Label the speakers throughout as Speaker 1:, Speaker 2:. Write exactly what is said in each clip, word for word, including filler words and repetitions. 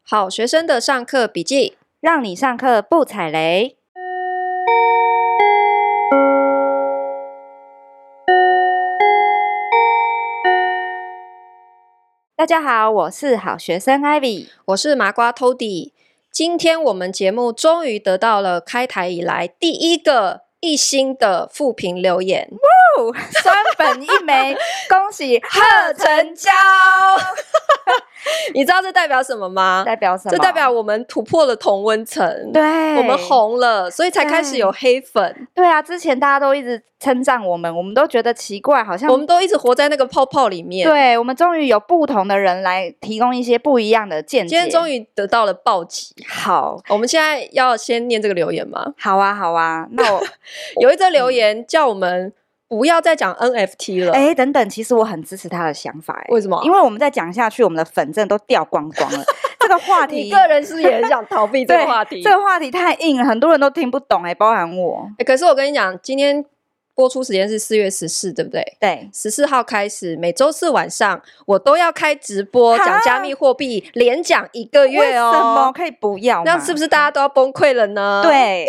Speaker 1: 好学生的上课笔记，
Speaker 2: 让你上课不踩雷。大家好，我是好学生 Ivy，
Speaker 1: 我是麻瓜 Tody。今天我们节目终于得到了开台以来第一个一星的负评留言，
Speaker 2: 哦，双本一枚，恭喜贺成交。
Speaker 1: 你知道这代表什么吗？
Speaker 2: 代表什么？
Speaker 1: 这代表我们突破了同温层，
Speaker 2: 对，
Speaker 1: 我们红了，所以才开始有黑粉。
Speaker 2: 对啊，之前大家都一直称赞我们，我们都觉得奇怪，好像
Speaker 1: 我们都一直活在那个泡泡里面。
Speaker 2: 对，我们终于有不同的人来提供一些不一样的见解。
Speaker 1: 今天终于得到了暴击。
Speaker 2: 好，
Speaker 1: 我们现在要先念这个留言吗？
Speaker 2: 好啊，好啊。那我
Speaker 1: 有一则留言叫我们不要再讲 N F T 了。
Speaker 2: 哎，等等，其实我很支持他的想法。
Speaker 1: 为什么？
Speaker 2: 因为我们再讲下去，我们的粉真的都掉光光了。这个话题，
Speaker 1: 你个人是不是也很想逃避这个话题？
Speaker 2: 这个话题太硬了，很多人都听不懂，哎，包含我。
Speaker 1: 欸、可是我跟你讲，今天播出时间是四月十四，对不对？
Speaker 2: 对，
Speaker 1: 十四号开始，每周四晚上我都要开直播讲加密货币，连讲一个月哦。
Speaker 2: 为什么可以不要吗？
Speaker 1: 那是不是大家都要崩溃了呢？
Speaker 2: 对。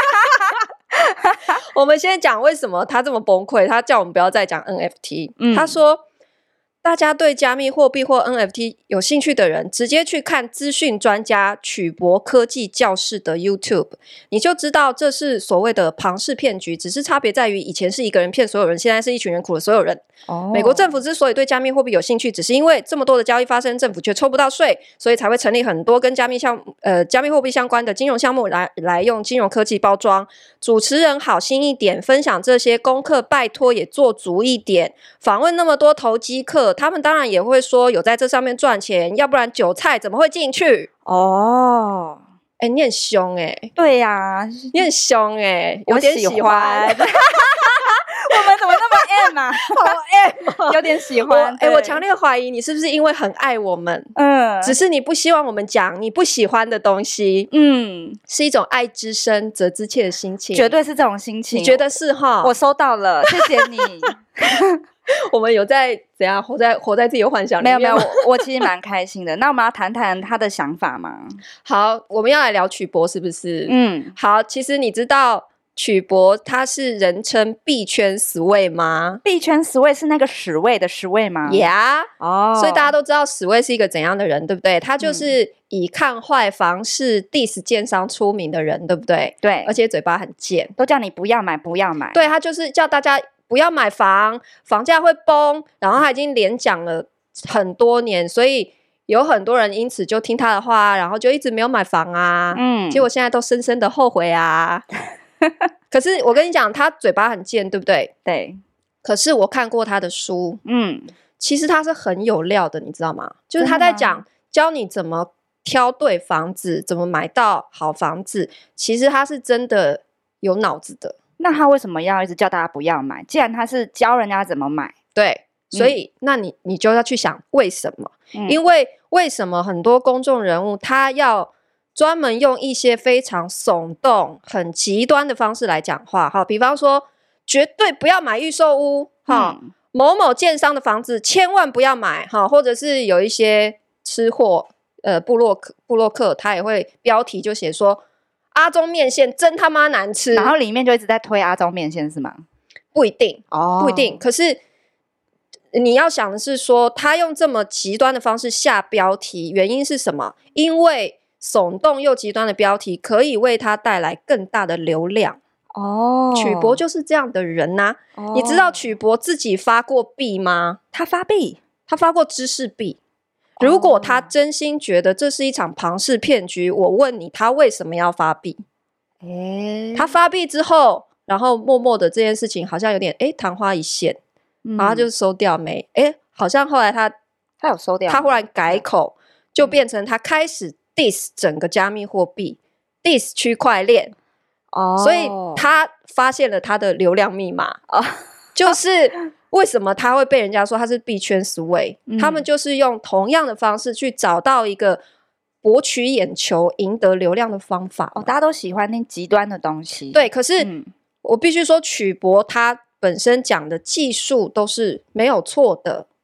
Speaker 1: 我们先讲为什么他这么崩溃，他叫我们不要再讲 N F T、嗯、他说大家对加密货币或 N F T 有兴趣的人，直接去看资讯专家曲博科技教室的 YouTube， 你就知道这是所谓的庞氏骗局，只是差别在于以前是一个人骗所有人，现在是一群人苦了所有人。哦、美国政府之所以对加密货币有兴趣，只是因为这么多的交易发生，政府却抽不到税，所以才会成立很多跟加密项呃加密货币相关的金融项目来来用金融科技包装。主持人好心一点，分享这些功课拜托也做足一点。访问那么多投机客，他们当然也会说有在这上面赚钱，要不然韭菜怎么会进去？哦，哎、欸，你很凶哎、欸，
Speaker 2: 对呀、啊，
Speaker 1: 你很凶哎、欸，有点喜欢。
Speaker 2: 我们怎么那么 M 啊？
Speaker 1: 好 M，、啊、
Speaker 2: 有点喜欢。
Speaker 1: 哎、欸，我强烈怀疑你是不是因为很爱我们，嗯，只是你不希望我们讲你不喜欢的东西，嗯，是一种爱之深责之切的心情，
Speaker 2: 绝对是这种心情。
Speaker 1: 你觉得是哈？
Speaker 2: 我收到了，谢谢你。
Speaker 1: 我们有在怎样活在活在自己的幻想里面？
Speaker 2: 没有没有，我我其实蛮开心的。那我们要谈谈他的想法吗？
Speaker 1: 好，我们要来聊曲博是不是？嗯，好，其实你知道曲博他是人称币圈十位吗？
Speaker 2: 币圈十位是那个十位的十位吗？
Speaker 1: Yeah， 哦，所以大家都知道十位是一个怎样的人，对不对？他就是以看坏房市 diss 建商出名的人，对不对？
Speaker 2: 对，
Speaker 1: 而且嘴巴很贱，
Speaker 2: 都叫你不要买不要买。
Speaker 1: 对，他就是叫大家不要买房，房价会崩，然后他已经连讲了很多年，所以有很多人因此就听他的话，然后就一直没有买房啊，嗯，结果现在都深深的后悔啊。可是我跟你讲，他嘴巴很贱，对不对？
Speaker 2: 对。
Speaker 1: 可是我看过他的书，嗯，其实他是很有料的，你知道吗？就是他在讲教你怎么挑对房子，怎么买到好房子，其实他是真的有脑子的。
Speaker 2: 那他为什么要一直叫大家不要买？既然他是教人家怎么买，
Speaker 1: 对，所以、嗯、那你你就要去想为什么、嗯、因为为什么很多公众人物他要专门用一些非常耸动很极端的方式来讲话，好，比方说绝对不要买预售屋、嗯、某某建商的房子千万不要买，或者是有一些吃货呃部落客部落客他也会标题就写说阿中面线真他妈难吃，
Speaker 2: 然后里面就一直在推阿中面线是吗？
Speaker 1: 不一定哦，不一定。可是你要想的是说，他用这么极端的方式下标题，原因是什么？因为耸动又极端的标题可以为他带来更大的流量。哦，曲博就是这样的人呐、啊哦。你知道曲博自己发过币吗？
Speaker 2: 他发币，
Speaker 1: 他发过知识币。如果他真心觉得这是一场庞氏骗局，我问你，他为什么要发币？欸、他发币之后，然后默默的这件事情好像有点哎昙花一现、嗯，然后他就收掉没？哎，好像后来他
Speaker 2: 他有收掉，
Speaker 1: 他忽然改口，就变成他开始 diss 整个加密货币、嗯、diss 区块链。哦，所以他发现了他的流量密码，哦、就是为什么他会被人家说他是币圈十位、嗯、他们就是用同样的方式去找到一个博取眼球赢得流量的方法。
Speaker 2: 哦，大家都喜欢那极端的东西。
Speaker 1: 对，可是、嗯、我必须说曲博他本身讲的技术都是没有错的，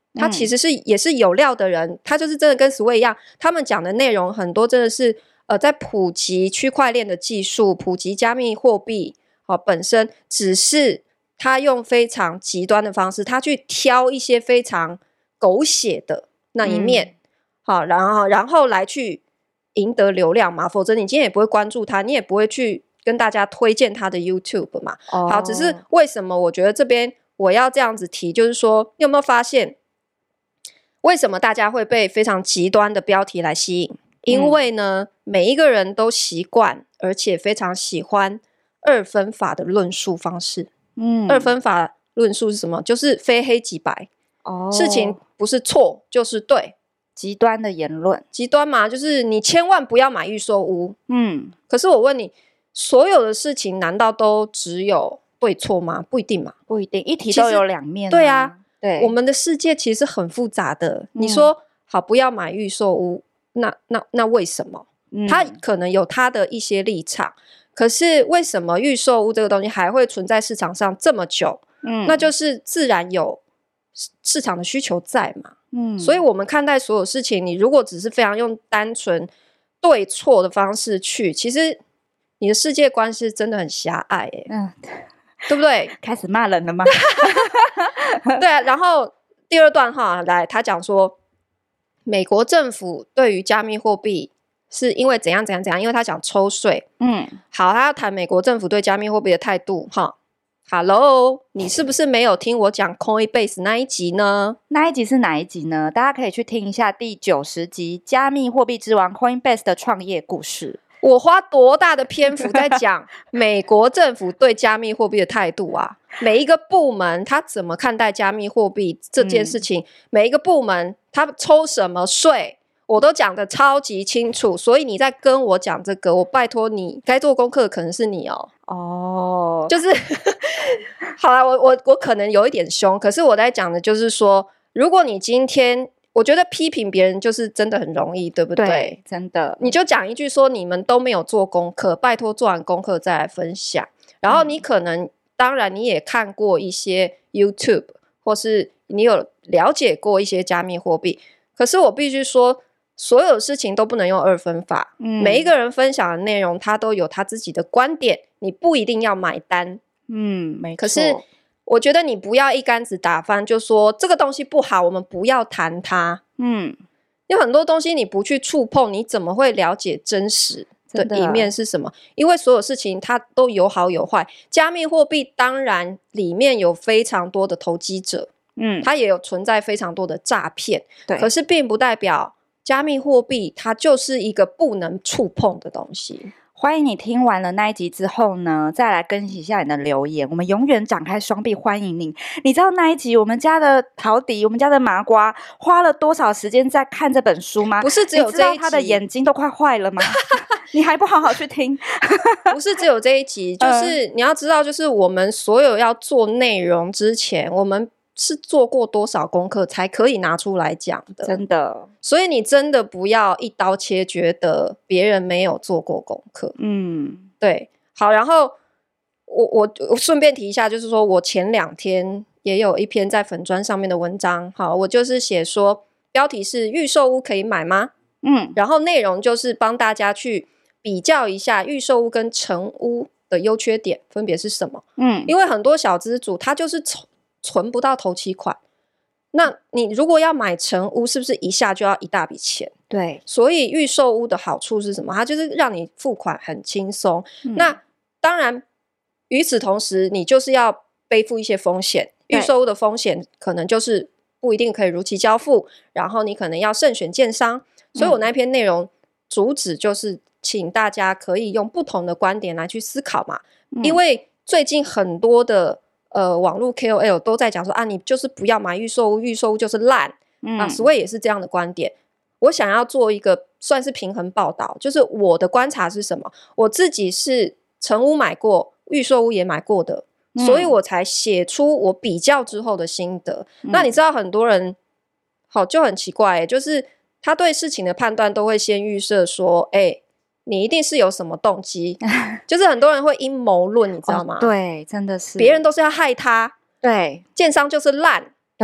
Speaker 1: 他其实是、嗯、也是有料的人，他就是真的跟 Sway 一样，他们讲的内容很多真的是呃在普及区块链的技术，普及加密货币、呃、本身，只是他用非常极端的方式，他去挑一些非常狗血的那一面、嗯、好，然后然后来去赢得流量嘛，否则你今天也不会关注他，你也不会去跟大家推荐他的 YouTube 嘛、哦、好，只是为什么我觉得这边我要这样子提，就是说你有没有发现为什么大家会被非常极端的标题来吸引？因为呢、嗯、每一个人都习惯而且非常喜欢二分法的论述方式。嗯，二分法论述是什么？就是非黑即白、哦、事情不是错就是对，
Speaker 2: 极端的言论。
Speaker 1: 极端嘛，就是你千万不要买预售屋。嗯，可是我问你，所有的事情难道都只有对错吗？不一定嘛，
Speaker 2: 不一定，一题都有两面、啊、
Speaker 1: 对啊，
Speaker 2: 对，
Speaker 1: 我们的世界其实很复杂的、嗯、你说好不要买预售屋，那那那为什么、嗯、他可能有他的一些立场，可是为什么预售屋这个东西还会存在市场上这么久？嗯，那就是自然有市场的需求在嘛。嗯，所以我们看待所有事情，你如果只是非常用单纯对错的方式去，其实你的世界观是真的很狭隘耶、欸。嗯，对不对？
Speaker 2: 开始骂人了吗？
Speaker 1: 对啊，然后第二段哈，来他讲说美国政府对于加密货币是因为怎样怎样怎样，因为他讲抽税。嗯，好，他要谈美国政府对加密货币的态度哈。Hello， 你是不是没有听我讲 Coinbase 那一集呢？
Speaker 2: 那一集是哪一集呢？大家可以去听一下第九十集加密货币之王 Coinbase 的创业故事。
Speaker 1: 我花多大的篇幅在讲美国政府对加密货币的态度啊？每一个部门他怎么看待加密货币这件事情、嗯、每一个部门他抽什么税我都讲得超级清楚，所以你在跟我讲这个，我拜托你该做功课的可能是你哦。哦，就是好啦，我我我可能有一点凶，可是我在讲的就是说，如果你今天我觉得批评别人就是真的很容易，对不对？
Speaker 2: 对，真的。
Speaker 1: 你就讲一句说你们都没有做功课，拜托做完功课再来分享。然后你可能、嗯、当然你也看过一些 YouTube 或是你有了解过一些加密货币，可是我必须说所有的事情都不能用二分法、嗯、每一个人分享的内容他都有他自己的观点，你不一定要买单。
Speaker 2: 嗯，没错。
Speaker 1: 可是我觉得你不要一竿子打翻，就说这个东西不好我们不要谈它。嗯，有很多东西你不去触碰，你怎么会了解真实的一面是什么？因为所有事情它都有好有坏，加密货币当然里面有非常多的投机者，嗯，它也有存在非常多的诈骗，对，可是并不代表加密货币它就是一个不能触碰的东西。
Speaker 2: 欢迎你听完了那一集之后呢，再来更新一下你的留言，我们永远展开双臂欢迎你。你知道那一集我们家的陶迪，我们家的麻瓜花了多少时间在看这本书吗？
Speaker 1: 不是只有这一集，你知道
Speaker 2: 他的眼睛都快坏了吗？你还不好好去听？
Speaker 1: 不是只有这一集，就是你要知道，就是我们所有要做内容之前，我们是做过多少功课才可以拿出来讲的，
Speaker 2: 真的。
Speaker 1: 所以你真的不要一刀切，觉得别人没有做过功课。嗯，对。好，然后我我我顺便提一下，就是说我前两天也有一篇在粉专上面的文章，好，我就是写说标题是预售屋可以买吗？嗯，然后内容就是帮大家去比较一下预售屋跟成屋的优缺点分别是什么。嗯，因为很多小资主他就是存不到头期款，那你如果要买成屋是不是一下就要一大笔钱？
Speaker 2: 对，
Speaker 1: 所以预售屋的好处是什么？它就是让你付款很轻松、嗯、那当然与此同时你就是要背负一些风险，预售屋的风险可能就是不一定可以如期交付，然后你可能要慎选建商，所以我那篇内容主旨就是请大家可以用不同的观点来去思考嘛、嗯、因为最近很多的呃，网络 K O L 都在讲说啊，你就是不要买预售屋，预售屋就是烂、嗯、啊 Sway 也是这样的观点。我想要做一个算是平衡报道，就是我的观察是什么，我自己是成屋买过，预售屋也买过的、嗯、所以我才写出我比较之后的心得、嗯、那你知道很多人好就很奇怪、欸、就是他对事情的判断都会先预设说哎、欸你一定是有什么动机就是很多人会阴谋论你知道吗、
Speaker 2: 哦、对，真的是
Speaker 1: 别人都是要害他，
Speaker 2: 对，
Speaker 1: 建商就是烂，
Speaker 2: 对，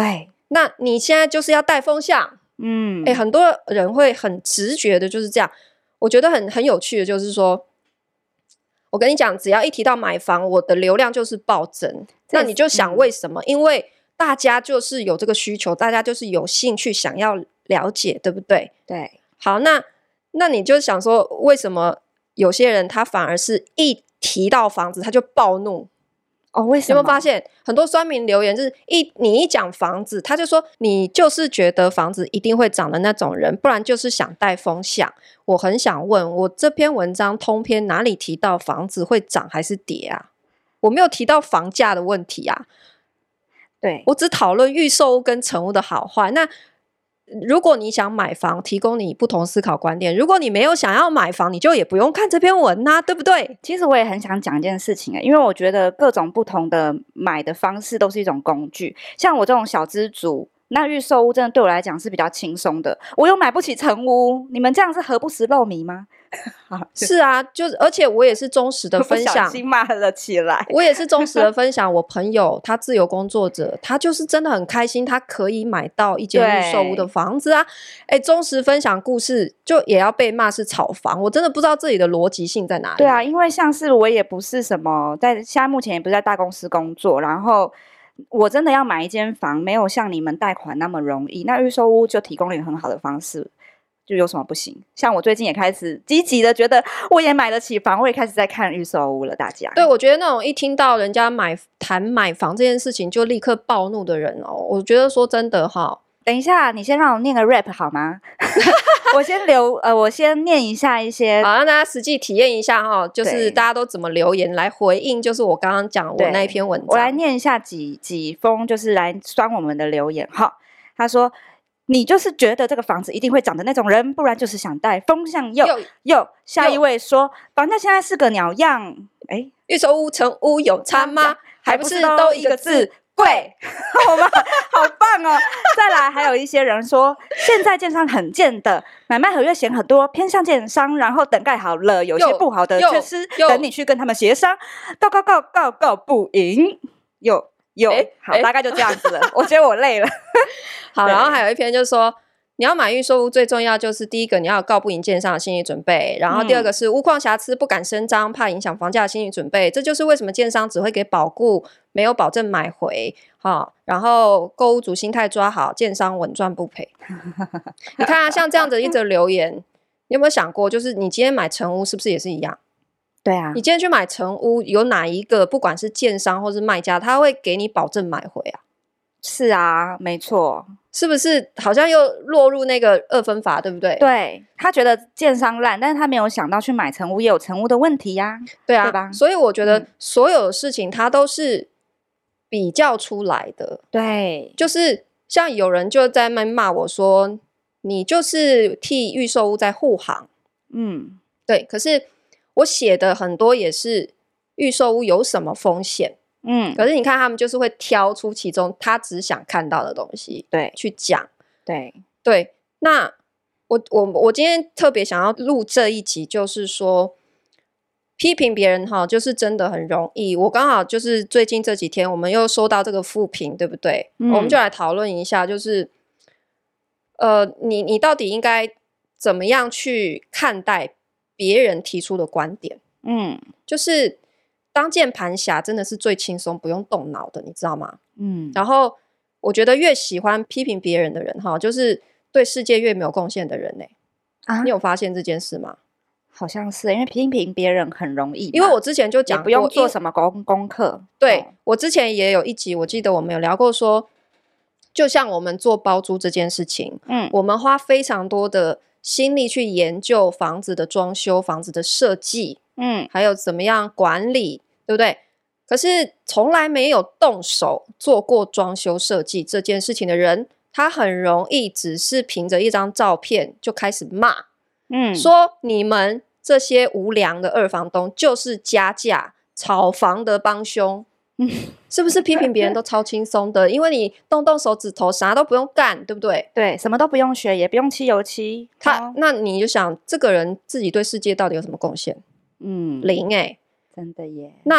Speaker 1: 那你现在就是要带风向。嗯，哎，很多人会很直觉的就是这样。我觉得很很有趣的就是说，我跟你讲，只要一提到买房，我的流量就是暴增。那你就想为什么？嗯、因为大家就是有这个需求，大家就是有兴趣想要了解，对不对？
Speaker 2: 对。
Speaker 1: 好，那那你就想说，为什么有些人他反而是一提到房子他就暴怒？
Speaker 2: 哦，为什么？
Speaker 1: 有没有发现很多酸民留言就是一你一讲房子，他就说你就是觉得房子一定会涨的那种人，不然就是想带风向。我很想问，我这篇文章通篇哪里提到房子会涨还是跌啊？我没有提到房价的问题啊。
Speaker 2: 对，
Speaker 1: 我只讨论预售屋跟成屋的好坏。那如果你想买房，提供你不同思考观点；如果你没有想要买房，你就也不用看这篇文啊，对不对？
Speaker 2: 其实我也很想讲一件事情、欸、因为我觉得各种不同的买的方式都是一种工具。像我这种小资族，那预售屋真的对我来讲是比较轻松的。我又买不起成屋，你们这样是何不食肉糜吗？
Speaker 1: 是啊，就是而且我也是忠实的分享，
Speaker 2: 不小心骂了起来。
Speaker 1: 我也是忠实的分享，我朋友他自由工作者，他就是真的很开心，他可以买到一间预售屋的房子啊。哎，忠实分享故事就也要被骂是炒房，我真的不知道自己的逻辑性在哪里。
Speaker 2: 对啊，因为像是我也不是什么在现在目前也不是在大公司工作，然后我真的要买一间房，没有像你们贷款那么容易。那预售屋就提供了一个很好的方式。就有什么不行？像我最近也开始积极的觉得我也买得起房，我也开始在看预售屋了。大家
Speaker 1: 对，我觉得那种一听到人家买谈买房这件事情就立刻暴怒的人哦，我觉得说真的哈，
Speaker 2: 等一下，你先让我念个 rap 好吗？我先留呃，我先念一下一些，
Speaker 1: 好，让大家实际体验一下哈，就是大家都怎么留言来回应，就是我刚刚讲我那一篇文章，
Speaker 2: 我来念一下几几封，就是来酸我们的留言哈。他说。你就是觉得这个房子一定会涨的那种人，不然就是想带风向右右。下一位说，房价现在是个鸟样，哎，
Speaker 1: 预售屋成屋有差吗？还不是都一个字贵？
Speaker 2: 好吧，好棒哦！再来，还有一些人说，现在建商很贱的，买卖合约险很多，偏向建商，然后等盖好了，有些不好的缺失，等你去跟他们协商，告告告告告不赢，有。有、欸、好、欸，大概就这样子了。我觉得我累了。
Speaker 1: 好，然后还有一篇就是说，你要买预售屋最重要就是第一个你要有告不赢建商的心理准备，然后第二个是屋况瑕疵不敢声张，怕影响房价的心理准备。这就是为什么建商只会给保固，没有保证买回。好，然后购屋主心态抓好，建商稳赚不赔。你看啊，像这样子一则留言，你有没有想过，就是你今天买成屋是不是也是一样？
Speaker 2: 对啊，
Speaker 1: 你今天去买成屋，有哪一个不管是建商或是卖家，他会给你保证买回啊？
Speaker 2: 是啊，没错，
Speaker 1: 是不是好像又落入那个二分法，对不对？
Speaker 2: 对，他觉得建商烂，但是他没有想到去买成屋也有成屋的问题呀、啊，
Speaker 1: 对啊，
Speaker 2: 对吧？
Speaker 1: 所以我觉得所有的事情它都是比较出来的。
Speaker 2: 对，
Speaker 1: 就是像有人就在那骂我说，你就是替预售屋在护航，嗯，对，可是。我写的很多也是预售屋有什么风险，嗯，可是你看他们就是会挑出其中他只想看到的东西，
Speaker 2: 对，
Speaker 1: 去讲，
Speaker 2: 对
Speaker 1: 对。那我我我今天特别想要录这一集，就是说批评别人哈，就是真的很容易。我刚好就是最近这几天，我们又收到这个负评，对不对？嗯、我们就来讨论一下，就是呃，你你到底应该怎么样去看待？别人提出的观点，嗯，就是当键盘侠真的是最轻松不用动脑的，你知道吗？嗯，然后我觉得越喜欢批评别人的人哈，就是对世界越没有贡献的人呢、欸。啊，你有发现这件事吗？
Speaker 2: 好像是，因为批评别人很容易，
Speaker 1: 因为我之前就讲过，
Speaker 2: 不用做什么功功课。
Speaker 1: 对、哦、我之前也有一集，我记得我们有聊过说，就像我们做包租这件事情，嗯，我们花非常多的。心力去研究房子的装修、房子的设计，嗯，还有怎么样管理，对不对？可是从来没有动手做过装修设计这件事情的人，他很容易只是凭着一张照片就开始骂，嗯，说你们这些无良的二房东就是加价炒房的帮凶。是不是批评别人都超轻松的？因为你动动手指头，啥都不用干，对不对？
Speaker 2: 对，什么都不用学，也不用漆油漆。
Speaker 1: 他，那你就想，这个人自己对世界到底有什么贡献？嗯，零哎、欸，
Speaker 2: 真的耶。
Speaker 1: 那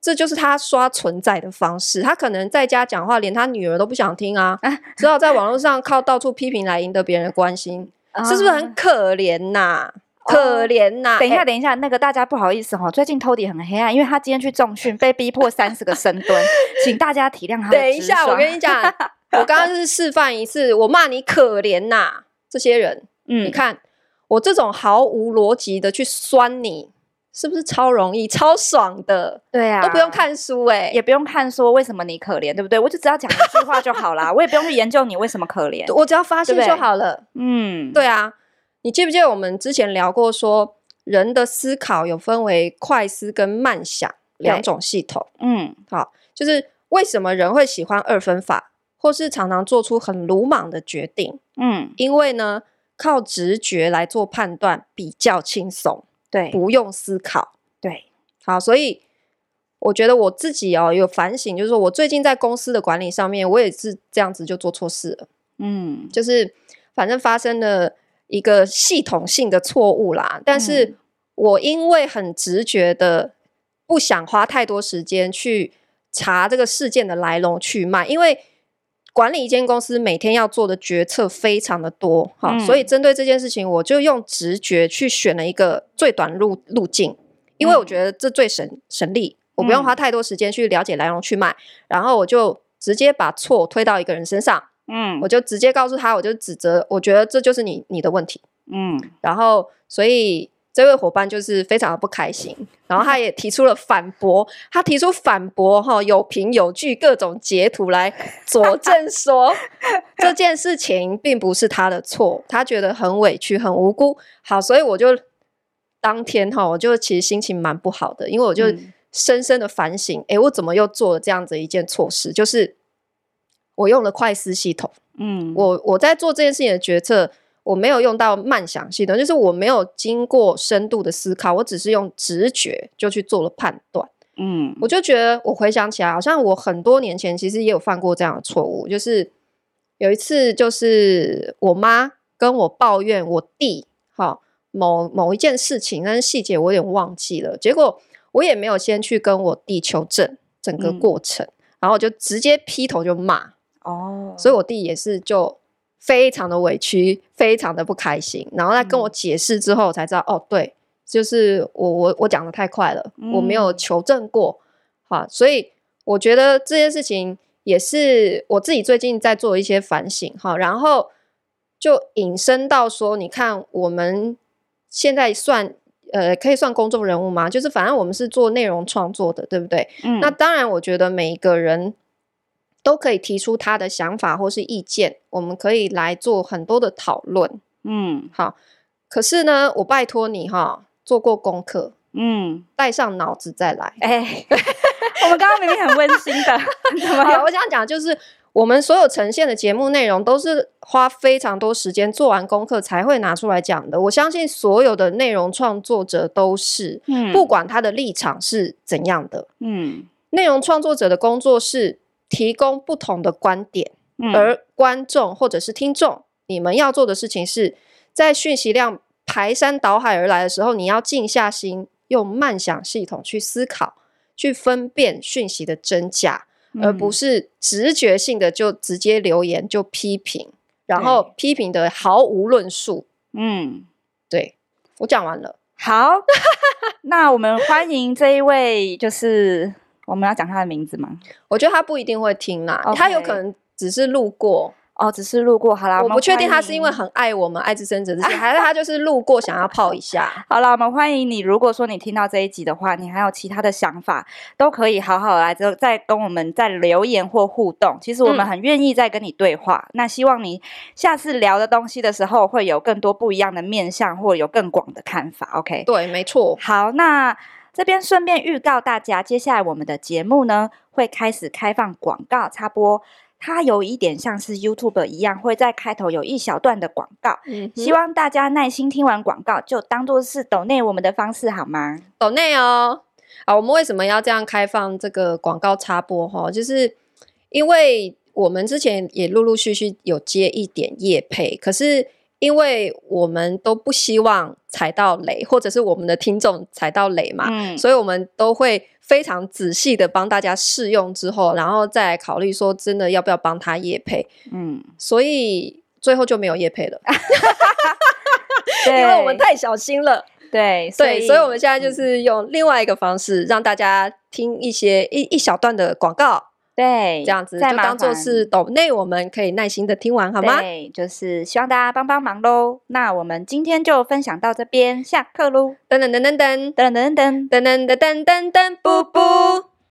Speaker 1: 这就是他刷存在的方式。他可能在家讲话连他女儿都不想听啊，只好在网络上靠到处批评来赢得别人的关心，是不是很可怜呐、啊？可怜呐、啊！
Speaker 2: 等一下，等一下，那个大家不好意思哈、哦，最近 Tody 很黑暗，因为他今天去重训，被逼迫三十个深蹲，请大家体谅他的。
Speaker 1: 等一下，我跟你讲，我刚刚是示范一次，我骂你可怜呐、啊，这些人，嗯，你看我这种毫无逻辑的去酸你，是不是超容易、超爽的？
Speaker 2: 对啊，
Speaker 1: 都不用看书哎、欸，
Speaker 2: 也不用看说为什么你可怜，对不对？我就只要讲一句话就好啦，我也不用去研究你为什么可怜，
Speaker 1: 我只要发现就好了。
Speaker 2: 嗯，
Speaker 1: 对啊。你记不记得我们之前聊过说人的思考有分为快思跟慢想两种系统？嗯，好，就是为什么人会喜欢二分法，或是常常做出很鲁莽的决定？嗯，因为呢，靠直觉来做判断比较轻松，
Speaker 2: 对，
Speaker 1: 不用思考。
Speaker 2: 对，
Speaker 1: 好，所以我觉得我自己哦有反省，就是说我最近在公司的管理上面，我也是这样子就做错事了。嗯，就是反正发生了一个系统性的错误啦，但是我因为很直觉的不想花太多时间去查这个事件的来龙去脉，因为管理一间公司每天要做的决策非常的多、嗯、所以针对这件事情我就用直觉去选了一个最短路路径，因为我觉得这最省省力，我不用花太多时间去了解来龙去脉、嗯、然后我就直接把错推到一个人身上，嗯，我就直接告诉他，我就指责，我觉得这就是你你的问题，嗯，然后所以这位伙伴就是非常的不开心，然后他也提出了反驳，他提出反驳哈，有凭有据，各种截图来佐证说这件事情并不是他的错，他觉得很委屈很无辜。好，所以我就当天哈，我就其实心情蛮不好的，因为我就深深的反省，哎、嗯，我怎么又做了这样子一件错事，就是我用了快思系统，嗯，我我在做这件事情的决策，我没有用到慢想系统，就是我没有经过深度的思考，我只是用直觉就去做了判断，嗯，我就觉得我回想起来，好像我很多年前其实也有犯过这样的错误，就是有一次，就是我妈跟我抱怨我弟，好某某一件事情，但是细节我有点忘记了，结果我也没有先去跟我弟求证整个过程，嗯、然后我就直接劈头就骂。哦，所以我弟也是就非常的委屈，非常的不开心，然后他跟我解释之后才知道、嗯、哦对，就是我我我讲的太快了、嗯、我没有求证过，好，所以我觉得这件事情也是我自己最近在做一些反省，好，然后就引申到说，你看我们现在算呃可以算公众人物吗？就是反正我们是做内容创作的，对不对？嗯，那当然我觉得每一个人都可以提出他的想法或是意见，我们可以来做很多的讨论。嗯，好。可是呢，我拜托你哈，做过功课，嗯，带上脑子再来。哎、欸，
Speaker 2: 我们刚刚明明很温馨的，
Speaker 1: 好，我想讲就是，我们所有呈现的节目内容都是花非常多时间做完功课才会拿出来讲的。我相信所有的内容创作者都是，嗯，不管他的立场是怎样的，嗯，内容创作者的工作是提供不同的观点、嗯、而观众或者是听众，你们要做的事情是在讯息量排山倒海而来的时候，你要静下心，用慢想系统去思考，去分辨讯息的真假、嗯、而不是直觉性的就直接留言就批评，然后批评的毫无论述。嗯，对，我讲完了。
Speaker 2: 好那我们欢迎这一位，就是我们要讲他的名字吗？
Speaker 1: 我觉得他不一定会听啦、okay. 他有可能只是路过
Speaker 2: 哦，只是路过。好啦，
Speaker 1: 我不确定他是因为很爱我们爱之深者之心，还是他就是路过想要泡一下。
Speaker 2: 好啦，我们欢迎你。如果说你听到这一集的话，你还有其他的想法，都可以好好来再跟我们再留言或互动。其实我们很愿意再跟你对话、嗯、那希望你下次聊的东西的时候会有更多不一样的面向，或有更广的看法。 OK，
Speaker 1: 对，没错。
Speaker 2: 好，那这边顺便预告大家，接下来我们的节目呢会开始开放广告插播，它有一点像是 YouTube 一样，会在开头有一小段的广告、嗯、希望大家耐心听完广告就当作是抖内我们的方式好吗？
Speaker 1: 抖内哦。啊，我们为什么要这样开放这个广告插播齁？就是因为我们之前也陆陆续续有接一点业配，可是因为我们都不希望踩到雷，或者是我们的听众踩到雷嘛，嗯、所以我们都会非常仔细的帮大家试用之后，然后再来考虑说真的要不要帮他业配。嗯，所以最后就没有业配了，因为我们太小心了。
Speaker 2: 对，
Speaker 1: 所以对，所以我们现在就是用另外一个方式，让大家听一些一一小段的广告，
Speaker 2: 对，
Speaker 1: 这样子就当做是抖内，我们可以耐心的听完，好吗？
Speaker 2: 对，就是希望大家帮帮忙喽。那我们今天就分享到这边，下课喽！
Speaker 1: 噔噔噔噔噔
Speaker 2: 噔噔噔噔
Speaker 1: 噔噔噔噔噔噔，布布。